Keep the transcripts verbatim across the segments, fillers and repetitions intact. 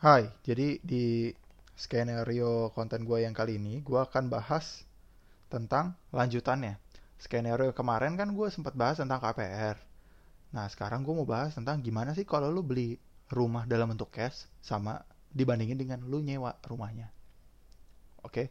Hai, jadi di skenario konten gue yang kali ini, gue akan bahas tentang lanjutannya. Skenario kemarin kan gue sempat bahas tentang K P R. Nah, sekarang gue mau bahas tentang gimana sih kalau lu beli rumah dalam bentuk cash sama dibandingin dengan lu nyewa rumahnya. Oke?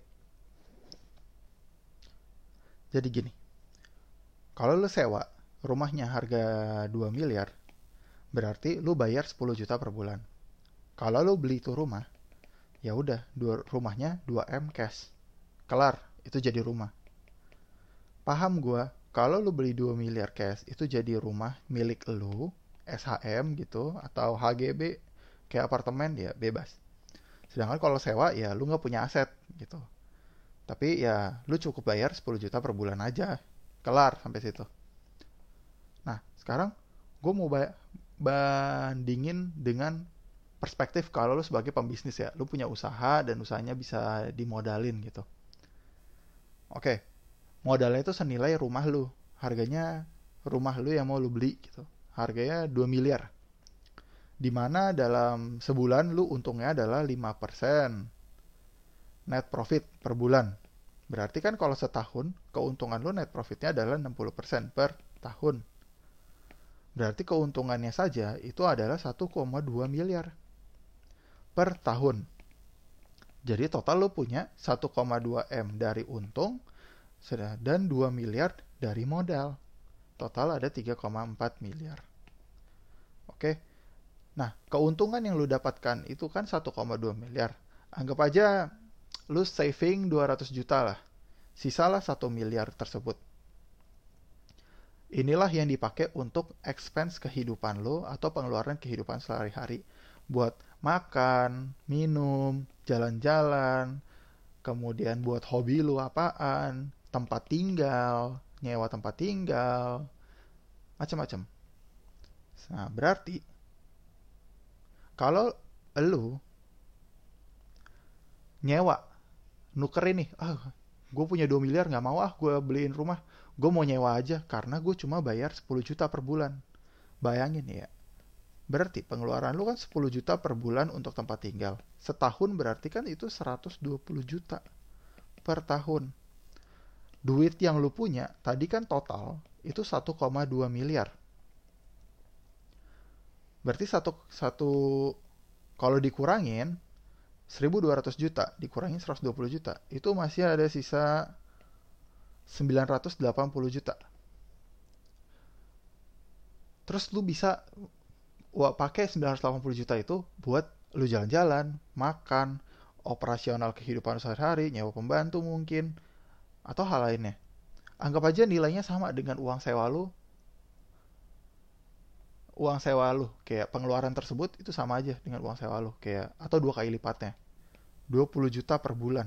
Jadi gini, kalau lu sewa rumahnya harga dua miliar, berarti lu bayar sepuluh juta per bulan. Kalau lu beli itu rumah, ya udah, dua rumahnya dua M cash. Kelar, itu jadi rumah. Paham gua, kalau lu beli dua miliar cash, itu jadi rumah milik lu, S H M gitu, atau H G B, kayak apartemen ya bebas. Sedangkan kalau sewa ya lu nggak punya aset gitu. Tapi ya lu cukup bayar sepuluh juta per bulan aja. Kelar sampai situ. Nah, sekarang gue mau ba- bandingin dengan perspektif kalau lu sebagai pembisnis ya. Lu punya usaha dan usahanya bisa dimodalin gitu. Oke, modalnya itu senilai rumah lu. Harganya rumah lu yang mau lu beli gitu. Harganya dua miliar. Dimana dalam sebulan lu untungnya adalah lima persen net profit per bulan. Berarti kan kalau setahun keuntungan lu net profitnya adalah enam puluh persen per tahun. Berarti keuntungannya saja itu adalah satu koma dua miliar per tahun. Jadi total lu punya satu koma dua M dari untung dan dua miliar dari modal. Total ada tiga koma empat miliar. Oke. Nah, keuntungan yang lu dapatkan itu kan satu koma dua miliar. Anggap aja lu saving dua ratus juta lah. Sisalah satu miliar tersebut. Inilah yang dipakai untuk expense kehidupan lo atau pengeluaran kehidupan sehari-hari. Buat makan, minum, jalan-jalan, kemudian buat hobi lo apaan, tempat tinggal, nyewa tempat tinggal, macam-macam. Nah, berarti kalau lo nyewa, nukerin nih, ah, gue punya dua miliar nggak mau ah gue beliin rumah, gue mau nyewa aja karena gue cuma bayar sepuluh juta per bulan. Bayangin ya, berarti pengeluaran lu kan sepuluh juta per bulan untuk tempat tinggal. Setahun berarti kan itu seratus dua puluh juta per tahun. Duit yang lu punya tadi kan total itu satu koma dua miliar. Berarti satu satu kalau dikurangin seribu dua ratus juta dikurangin seratus dua puluh juta, itu masih ada sisa sembilan ratus delapan puluh juta. Terus lu bisa wah, pakai sembilan ratus delapan puluh juta itu buat lu jalan-jalan, makan, operasional kehidupan sehari-hari, nyewa pembantu mungkin, atau hal lainnya. Anggap aja nilainya sama dengan uang sewa lu. Uang sewa lu, kayak pengeluaran tersebut itu sama aja dengan uang sewa lu, kayak atau dua kali lipatnya. dua puluh juta per bulan.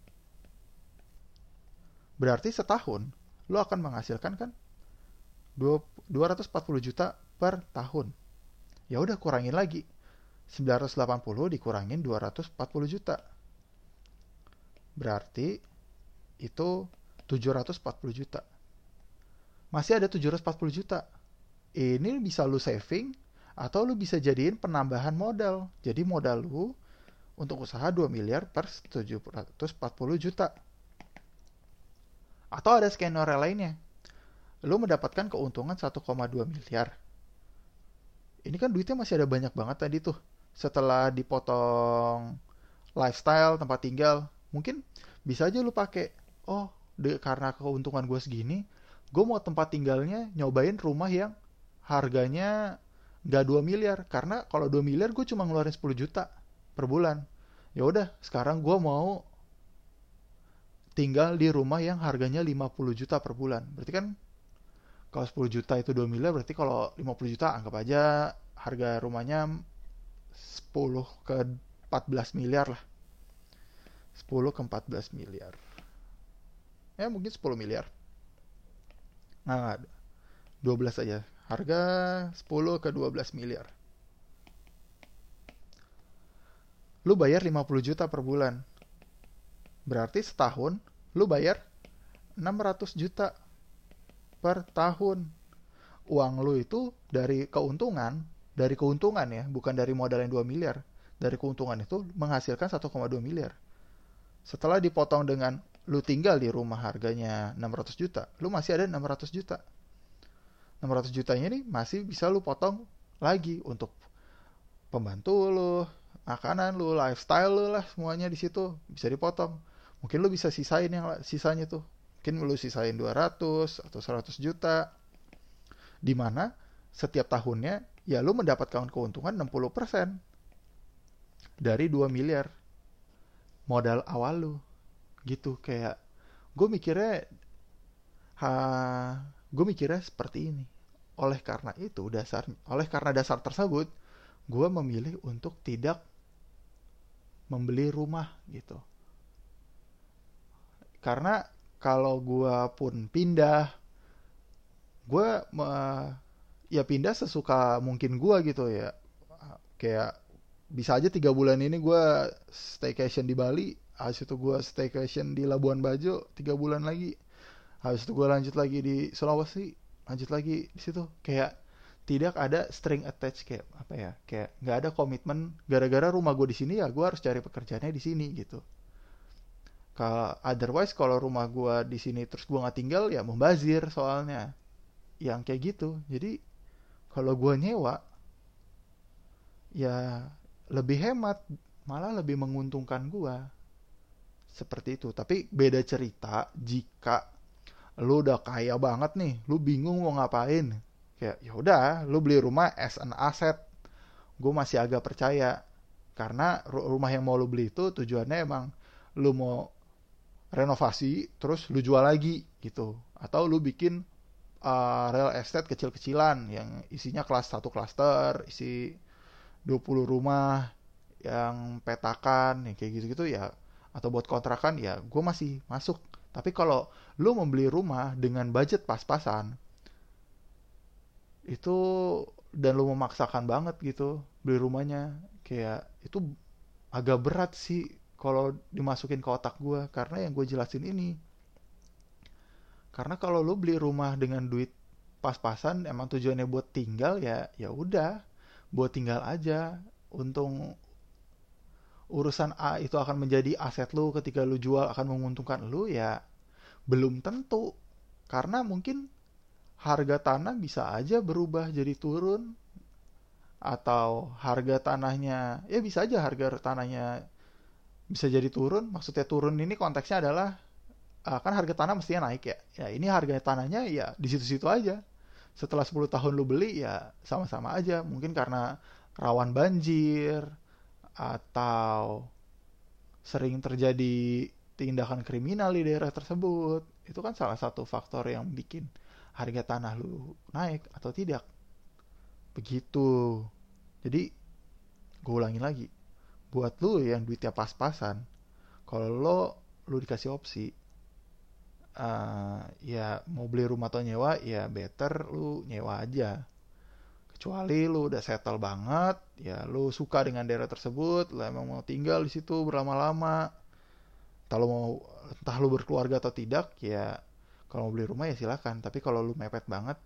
Berarti setahun lu akan menghasilkan kan dua ratus empat puluh juta per tahun. Ya udah kurangin lagi. sembilan ratus delapan puluh dikurangin dua ratus empat puluh juta. Berarti itu tujuh ratus empat puluh juta. Masih ada tujuh ratus empat puluh juta. Ini bisa lu saving atau lu bisa jadiin penambahan modal. Jadi modal lu untuk usaha dua miliar per tujuh ratus empat puluh juta. Atau ada skenario lainnya. Lu mendapatkan keuntungan satu koma dua miliar. Ini kan duitnya masih ada banyak banget tadi tuh. Setelah dipotong lifestyle, tempat tinggal, mungkin bisa aja lu pakai. Oh, de, karena keuntungan gue segini, gue mau tempat tinggalnya nyobain rumah yang harganya nggak dua miliar. Karena kalau dua miliar gue cuma ngeluarin sepuluh juta per bulan. Ya udah, sekarang gue mau tinggal di rumah yang harganya lima puluh juta per bulan. Berarti kan kalau sepuluh juta itu dua miliar, berarti kalau lima puluh juta anggap aja harga rumahnya sepuluh ke empat belas miliar lah. sepuluh ke empat belas miliar. Ya mungkin sepuluh miliar. Nah, dua belas aja. Harga sepuluh ke dua belas miliar. Lu bayar lima puluh juta per bulan. Berarti setahun lu bayar enam ratus juta per tahun. Uang lu itu dari keuntungan, dari keuntungan ya, bukan dari modal yang dua miliar. dari keuntungan itu menghasilkan satu koma dua miliar. Setelah dipotong dengan lu tinggal di rumah harganya enam ratus juta, lu masih ada enam ratus juta. enam ratus jutanya ini masih bisa lu potong lagi untuk pembantu lu, makanan lu, lifestyle lu lah, semuanya di situ bisa dipotong. Mungkin lu bisa sisain yang sisanya tuh. Mungkin lu sisain dua ratus atau seratus juta. Di mana setiap tahunnya ya lu mendapatkan keuntungan enam puluh persen dari dua miliar modal awal lu. Gitu, kayak gue mikirnya ha, gue mikirnya seperti ini. Oleh karena itu dasar oleh karena dasar tersebut gue memilih untuk tidak membeli rumah gitu. Karena kalau gue pun pindah, gue ya pindah sesuka mungkin gue gitu ya. Kayak bisa aja tiga bulan ini gue staycation di Bali, habis itu gue staycation di Labuan Bajo tiga bulan lagi, habis itu gue lanjut lagi di Sulawesi, lanjut lagi di situ. Kayak tidak ada string attached, kayak apa ya, kayak nggak ada komitmen gara-gara rumah gue di sini ya gue harus cari pekerjaannya di sini gitu. Kalau otherwise kalau rumah gue di sini terus gue nggak tinggal ya membazir soalnya, yang kayak gitu. Jadi kalau gue nyewa ya lebih hemat, malah lebih menguntungkan gue seperti itu. Tapi beda cerita jika lu udah kaya banget nih, lu bingung mau ngapain. Kayak ya udah, lu beli rumah as an asset. Gue masih agak percaya karena rumah yang mau lu beli itu tujuannya emang lu mau renovasi terus lu jual lagi gitu, atau lu bikin uh, real estate kecil-kecilan yang isinya kelas satu klaster, isi dua puluh rumah yang petakan yang kayak gitu-gitu ya, atau buat kontrakan ya gue masih masuk. Tapi kalau lu membeli rumah dengan budget pas-pasan itu dan lu memaksakan banget gitu beli rumahnya, kayak itu agak berat sih kalau dimasukin ke otak gue, karena yang gue jelasin ini. Karena kalau lu beli rumah dengan duit pas-pasan emang tujuannya buat tinggal ya, ya udah buat tinggal aja. Untung urusan A itu akan menjadi aset lu ketika lu jual akan menguntungkan lu ya belum tentu. Karena mungkin harga tanah bisa aja berubah jadi turun, atau harga tanahnya ya bisa aja harga tanahnya bisa jadi turun. Maksudnya turun ini konteksnya adalah uh, kan harga tanah mestinya naik ya. Ya ini harga tanahnya ya di situ-situ aja. Setelah sepuluh tahun lu beli ya sama-sama aja. Mungkin karena rawan banjir atau sering terjadi tindakan kriminal di daerah tersebut. Itu kan salah satu faktor yang bikin harga tanah lu naik atau tidak. Begitu. Jadi gue ulangin lagi, buat lu yang duitnya pas-pasan, kalau lo lu dikasih opsi uh, ya mau beli rumah atau nyewa, ya better lu nyewa aja. Kecuali lu udah settle banget, ya lu suka dengan daerah tersebut, lu emang mau tinggal di situ berlama-lama, entah lu mau entah lu berkeluarga atau tidak, ya kalau mau beli rumah ya silakan. Tapi kalau lu mepet banget,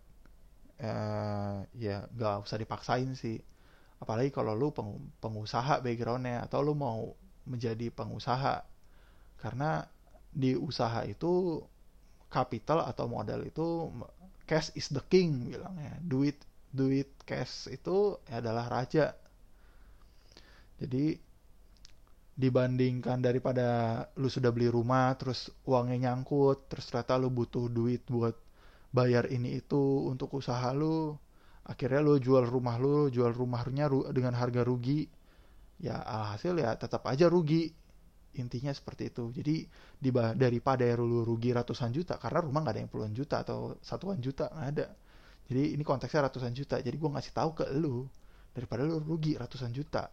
uh, ya gak usah dipaksain sih. Apalagi kalau lu pengusaha backgroundnya, atau lu mau menjadi pengusaha. Karena di usaha itu capital atau modal itu cash is the king bilangnya. Duit duit cash itu adalah raja. Jadi dibandingkan daripada lu sudah beli rumah terus uangnya nyangkut, terus ternyata lu butuh duit buat bayar ini itu untuk usaha lu, akhirnya lu jual rumah lu, jual rumahnya dengan harga rugi, ya alhasil ya tetap aja rugi. Intinya seperti itu. Jadi daripada lu rugi ratusan juta, karena rumah nggak ada yang puluhan juta atau satuan juta, nggak ada. Jadi ini konteksnya ratusan juta. Jadi gue ngasih tahu ke lu, daripada lu rugi ratusan juta,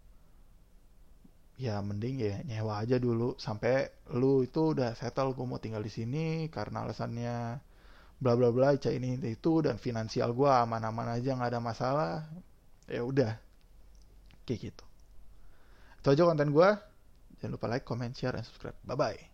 ya mending ya nyewa aja dulu sampai lu itu udah settle, gue mau tinggal di sini karena alasannya bla bla bla, cah ini itu, dan finansial gue aman-aman aja, nggak ada masalah. Ya udah, kayak gitu. Itu aja konten gue. Jangan lupa like, comment, share, dan subscribe. Bye bye.